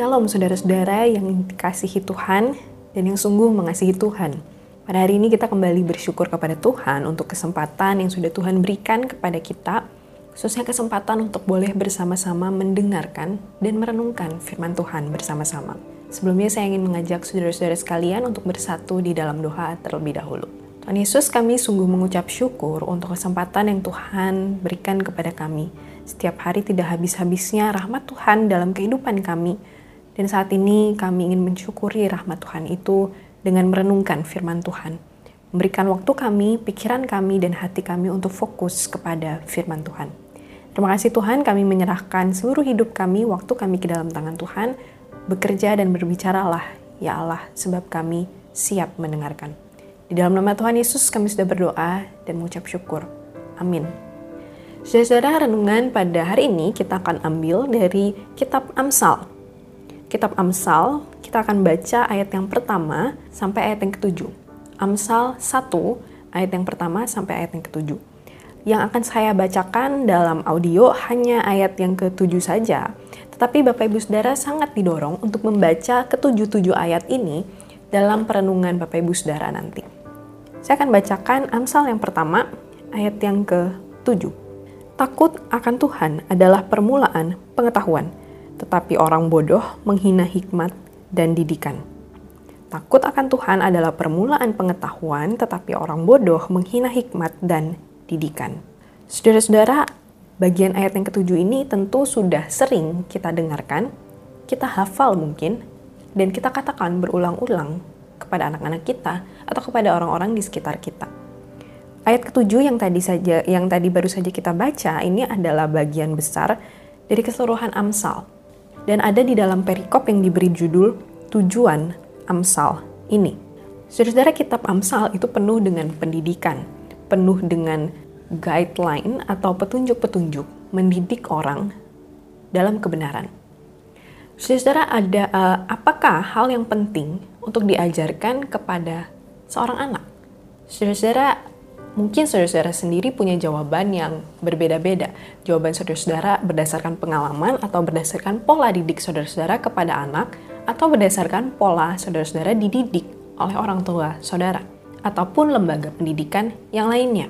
Shalom saudara-saudara yang dikasihi Tuhan dan yang sungguh mengasihi Tuhan. Pada hari ini kita kembali bersyukur kepada Tuhan untuk kesempatan yang sudah Tuhan berikan kepada kita, khususnya kesempatan untuk boleh bersama-sama mendengarkan dan merenungkan firman Tuhan bersama-sama. Sebelumnya saya ingin mengajak saudara-saudara sekalian untuk bersatu di dalam doa terlebih dahulu. Tuhan Yesus, kami sungguh mengucap syukur untuk kesempatan yang Tuhan berikan kepada kami. Setiap hari tidak habis-habisnya rahmat Tuhan dalam kehidupan kami. Dan saat ini kami ingin mensyukuri rahmat Tuhan itu dengan merenungkan firman Tuhan. Memberikan waktu kami, pikiran kami, dan hati kami untuk fokus kepada firman Tuhan. Terima kasih Tuhan, kami menyerahkan seluruh hidup kami, waktu kami ke dalam tangan Tuhan. Bekerja dan berbicaralah, ya Allah, sebab kami siap mendengarkan. Di dalam nama Tuhan Yesus kami sudah berdoa dan mengucap syukur. Amin. Saudara-saudara, renungan pada hari ini kita akan ambil dari kitab Amsal. Kitab Amsal, kita akan baca ayat yang pertama sampai ayat yang ketujuh. Amsal 1, ayat yang pertama sampai ayat yang ketujuh. Yang akan saya bacakan dalam audio hanya ayat yang ketujuh saja. Tetapi Bapak Ibu Saudara sangat didorong untuk membaca ketujuh-tujuh ayat ini dalam perenungan Bapak Ibu Saudara nanti. Saya akan bacakan Amsal yang pertama, ayat yang ke-7. Takut akan Tuhan adalah permulaan pengetahuan, tetapi orang bodoh menghina hikmat dan didikan. Takut akan Tuhan adalah permulaan pengetahuan, tetapi orang bodoh menghina hikmat dan didikan. Saudara-saudara, bagian ayat yang ketujuh ini tentu sudah sering kita dengarkan, kita hafal mungkin, dan kita katakan berulang-ulang kepada anak-anak kita atau kepada orang-orang di sekitar kita. Ayat ketujuh yang tadi baru saja kita baca ini adalah bagian besar dari keseluruhan Amsal. Dan ada di dalam perikop yang diberi judul tujuan Amsal ini. Saudara-saudara, kitab Amsal itu penuh dengan pendidikan, penuh dengan guideline atau petunjuk-petunjuk mendidik orang dalam kebenaran. Saudara-saudara, apakah hal yang penting untuk diajarkan kepada seorang anak? Saudara-saudara, mungkin saudara-saudara sendiri punya jawaban yang berbeda-beda. Jawaban saudara-saudara berdasarkan pengalaman atau berdasarkan pola didik saudara-saudara kepada anak, atau berdasarkan pola saudara-saudara dididik oleh orang tua saudara, ataupun lembaga pendidikan yang lainnya.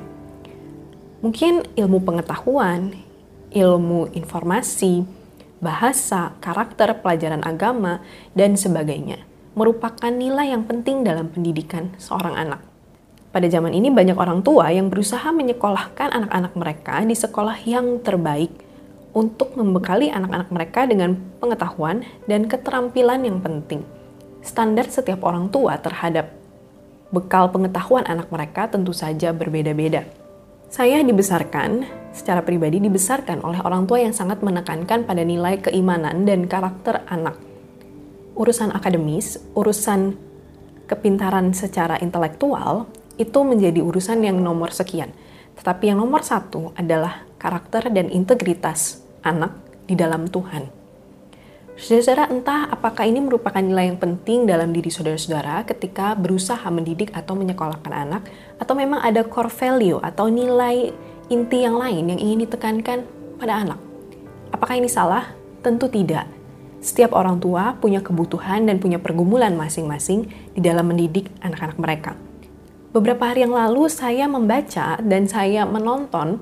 Mungkin ilmu pengetahuan, ilmu informasi, bahasa, karakter, pelajaran agama, dan sebagainya merupakan nilai yang penting dalam pendidikan seorang anak. Pada zaman ini banyak orang tua yang berusaha menyekolahkan anak-anak mereka di sekolah yang terbaik untuk membekali anak-anak mereka dengan pengetahuan dan keterampilan yang penting. Standar setiap orang tua terhadap bekal pengetahuan anak mereka tentu saja berbeda-beda. Saya secara pribadi dibesarkan oleh orang tua yang sangat menekankan pada nilai keimanan dan karakter anak. Urusan akademis, urusan kepintaran secara intelektual, itu menjadi urusan yang nomor sekian. Tetapi yang nomor satu adalah karakter dan integritas anak di dalam Tuhan. Saudara-saudara, entah apakah ini merupakan nilai yang penting dalam diri saudara-saudara ketika berusaha mendidik atau menyekolahkan anak, atau memang ada core value atau nilai inti yang lain yang ingin ditekankan pada anak. Apakah ini salah? Tentu tidak. Setiap orang tua punya kebutuhan dan punya pergumulan masing-masing di dalam mendidik anak-anak mereka. Beberapa hari yang lalu saya membaca dan saya menonton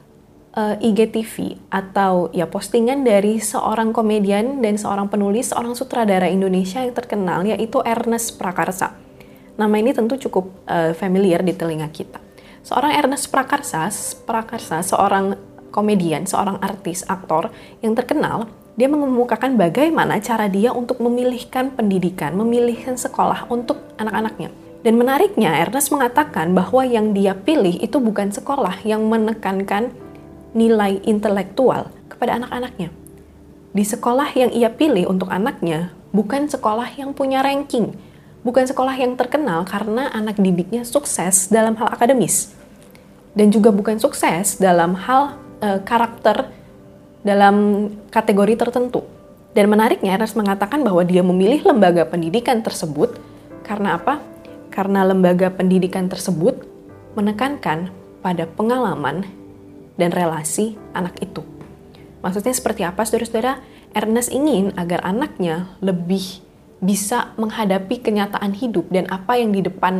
IGTV atau postingan dari seorang komedian dan seorang penulis, seorang sutradara Indonesia yang terkenal, yaitu Ernest Prakarsa. Nama ini tentu cukup familiar di telinga kita. Seorang Ernest Prakarsa, seorang komedian, seorang artis, aktor yang terkenal, dia mengemukakan bagaimana cara dia untuk memilihkan pendidikan, memilihkan sekolah untuk anak-anaknya. Dan menariknya, Ernest mengatakan bahwa yang dia pilih itu bukan sekolah yang menekankan nilai intelektual kepada anak-anaknya. Di sekolah yang ia pilih untuk anaknya, bukan sekolah yang punya ranking, bukan sekolah yang terkenal karena anak didiknya sukses dalam hal akademis, dan juga bukan sukses dalam hal karakter dalam kategori tertentu. Dan menariknya, Ernest mengatakan bahwa dia memilih lembaga pendidikan tersebut karena apa? Karena lembaga pendidikan tersebut menekankan pada pengalaman dan relasi anak itu. Maksudnya seperti apa, saudara-saudara? Ernest ingin agar anaknya lebih bisa menghadapi kenyataan hidup dan apa yang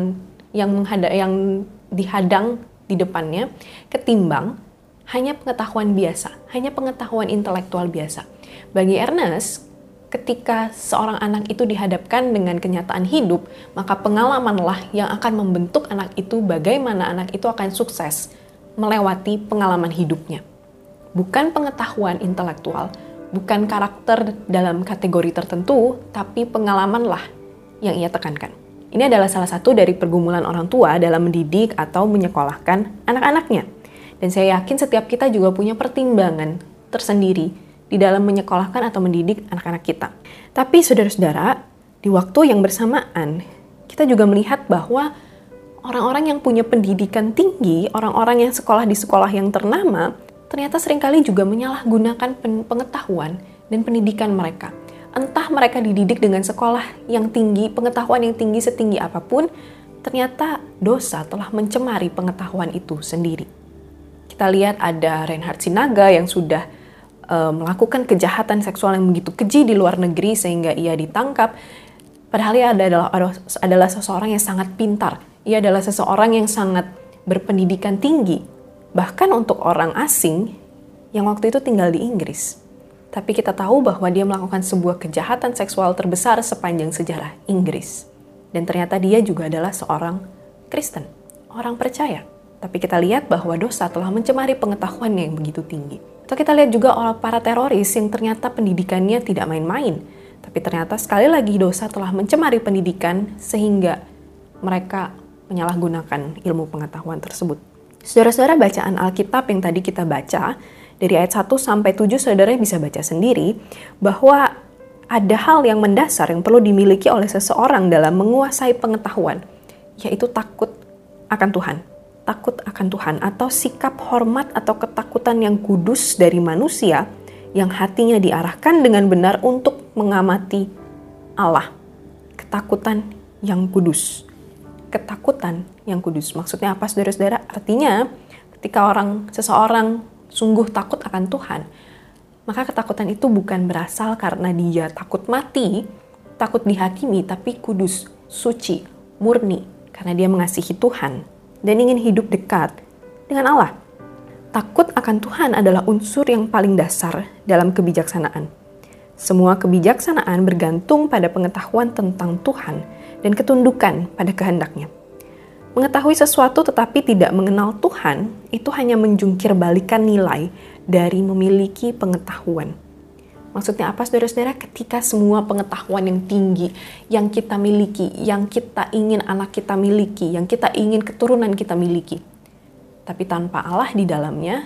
yang dihadang di depannya, ketimbang hanya pengetahuan biasa, hanya pengetahuan intelektual biasa. Bagi Ernest, ketika seorang anak itu dihadapkan dengan kenyataan hidup, maka pengalamanlah yang akan membentuk anak itu bagaimana anak itu akan sukses melewati pengalaman hidupnya. Bukan pengetahuan intelektual, bukan karakter dalam kategori tertentu, tapi pengalamanlah yang ia tekankan. Ini adalah salah satu dari pergumulan orang tua dalam mendidik atau menyekolahkan anak-anaknya. Dan saya yakin setiap kita juga punya pertimbangan tersendiri di dalam menyekolahkan atau mendidik anak-anak kita. Tapi saudara-saudara, di waktu yang bersamaan, kita juga melihat bahwa orang-orang yang punya pendidikan tinggi, orang-orang yang sekolah di sekolah yang ternama, ternyata seringkali juga menyalahgunakan pengetahuan dan pendidikan mereka. Entah mereka dididik dengan sekolah yang tinggi, pengetahuan yang tinggi setinggi apapun, ternyata dosa telah mencemari pengetahuan itu sendiri. Kita lihat ada Reinhard Sinaga yang sudah melakukan kejahatan seksual yang begitu keji di luar negeri sehingga ia ditangkap. Padahal ia adalah seseorang yang sangat pintar. Ia adalah seseorang yang sangat berpendidikan tinggi. Bahkan untuk orang asing yang waktu itu tinggal di Inggris. Tapi kita tahu bahwa dia melakukan sebuah kejahatan seksual terbesar sepanjang sejarah Inggris. Dan ternyata dia juga adalah seorang Kristen, orang percaya. Tapi kita lihat bahwa dosa telah mencemari pengetahuannya yang begitu tinggi. Atau kita lihat juga orang para teroris yang ternyata pendidikannya tidak main-main. Tapi ternyata sekali lagi dosa telah mencemari pendidikan sehingga mereka menyalahgunakan ilmu pengetahuan tersebut. Saudara-saudara, bacaan Alkitab yang tadi kita baca, dari ayat 1 sampai 7, saudara bisa baca sendiri, bahwa ada hal yang mendasar yang perlu dimiliki oleh seseorang dalam menguasai pengetahuan, yaitu takut akan Tuhan. Takut akan Tuhan atau sikap hormat atau ketakutan yang kudus dari manusia yang hatinya diarahkan dengan benar untuk mengamati Allah. Ketakutan yang kudus. Ketakutan yang kudus. Maksudnya apa, saudara-saudara? Artinya ketika seseorang sungguh takut akan Tuhan, maka ketakutan itu bukan berasal karena dia takut mati, takut dihakimi, tapi kudus, suci, murni, karena dia mengasihi Tuhan dan ingin hidup dekat dengan Allah. Takut akan Tuhan adalah unsur yang paling dasar dalam kebijaksanaan. Semua kebijaksanaan bergantung pada pengetahuan tentang Tuhan dan ketundukan pada kehendaknya. Mengetahui sesuatu tetapi tidak mengenal Tuhan, itu hanya menjungkir balikan nilai dari memiliki pengetahuan. Maksudnya apa, saudara-saudara? Ketika semua pengetahuan yang tinggi, yang kita miliki, yang kita ingin anak kita miliki, yang kita ingin keturunan kita miliki, tapi tanpa Allah di dalamnya,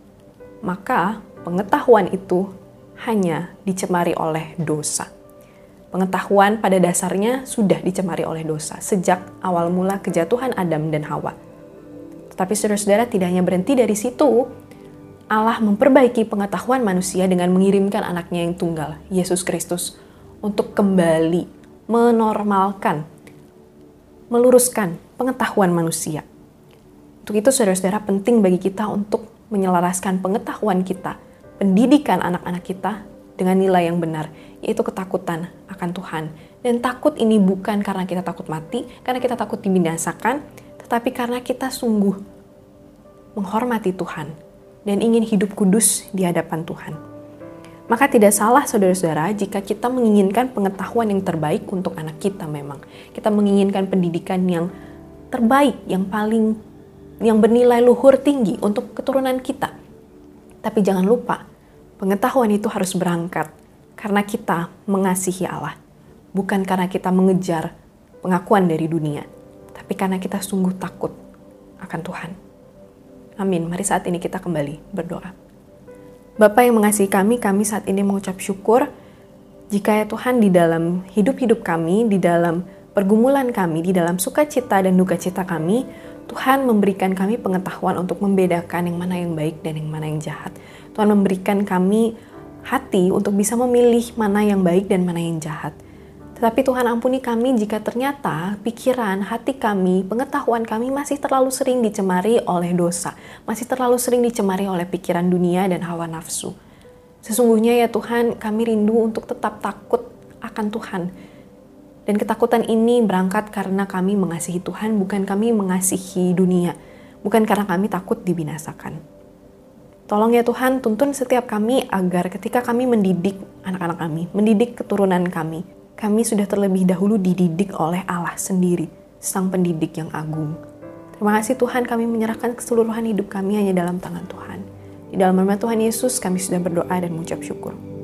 maka pengetahuan itu hanya dicemari oleh dosa. Pengetahuan pada dasarnya sudah dicemari oleh dosa sejak awal mula kejatuhan Adam dan Hawa. Tetapi saudara-saudara, tidak hanya berhenti dari situ, Allah memperbaiki pengetahuan manusia dengan mengirimkan anaknya yang tunggal, Yesus Kristus, untuk kembali menormalkan, meluruskan pengetahuan manusia. Untuk itu saudara-saudara, penting bagi kita untuk menyelaraskan pengetahuan kita, pendidikan anak-anak kita dengan nilai yang benar, yaitu ketakutan akan Tuhan. Dan takut ini bukan karena kita takut mati, karena kita takut dibinasakan, tetapi karena kita sungguh menghormati Tuhan dan ingin hidup kudus di hadapan Tuhan. Maka tidak salah saudara-saudara jika kita menginginkan pengetahuan yang terbaik untuk anak kita memang. Kita menginginkan pendidikan yang terbaik, yang bernilai luhur tinggi untuk keturunan kita. Tapi jangan lupa, pengetahuan itu harus berangkat karena kita mengasihi Allah. Bukan karena kita mengejar pengakuan dari dunia, tapi karena kita sungguh takut akan Tuhan. Amin. Mari saat ini kita kembali berdoa. Bapa yang mengasihi kami saat ini mengucap syukur jika ya Tuhan di dalam hidup-hidup kami, di dalam pergumulan kami, di dalam sukacita dan duka cita kami, Tuhan memberikan kami pengetahuan untuk membedakan yang mana yang baik dan yang mana yang jahat. Tuhan memberikan kami hati untuk bisa memilih mana yang baik dan mana yang jahat. Tetapi Tuhan ampuni kami jika ternyata pikiran, hati kami, pengetahuan kami masih terlalu sering dicemari oleh dosa, masih terlalu sering dicemari oleh pikiran dunia dan hawa nafsu. Sesungguhnya ya Tuhan, kami rindu untuk tetap takut akan Tuhan. Dan ketakutan ini berangkat karena kami mengasihi Tuhan, bukan kami mengasihi dunia. Bukan karena kami takut dibinasakan. Tolong ya Tuhan, tuntun setiap kami agar ketika kami mendidik anak-anak kami, mendidik keturunan kami sudah terlebih dahulu dididik oleh Allah sendiri, Sang Pendidik yang agung. Terima kasih Tuhan, kami menyerahkan keseluruhan hidup kami hanya dalam tangan Tuhan. Di dalam nama Tuhan Yesus kami sudah berdoa dan mengucap syukur.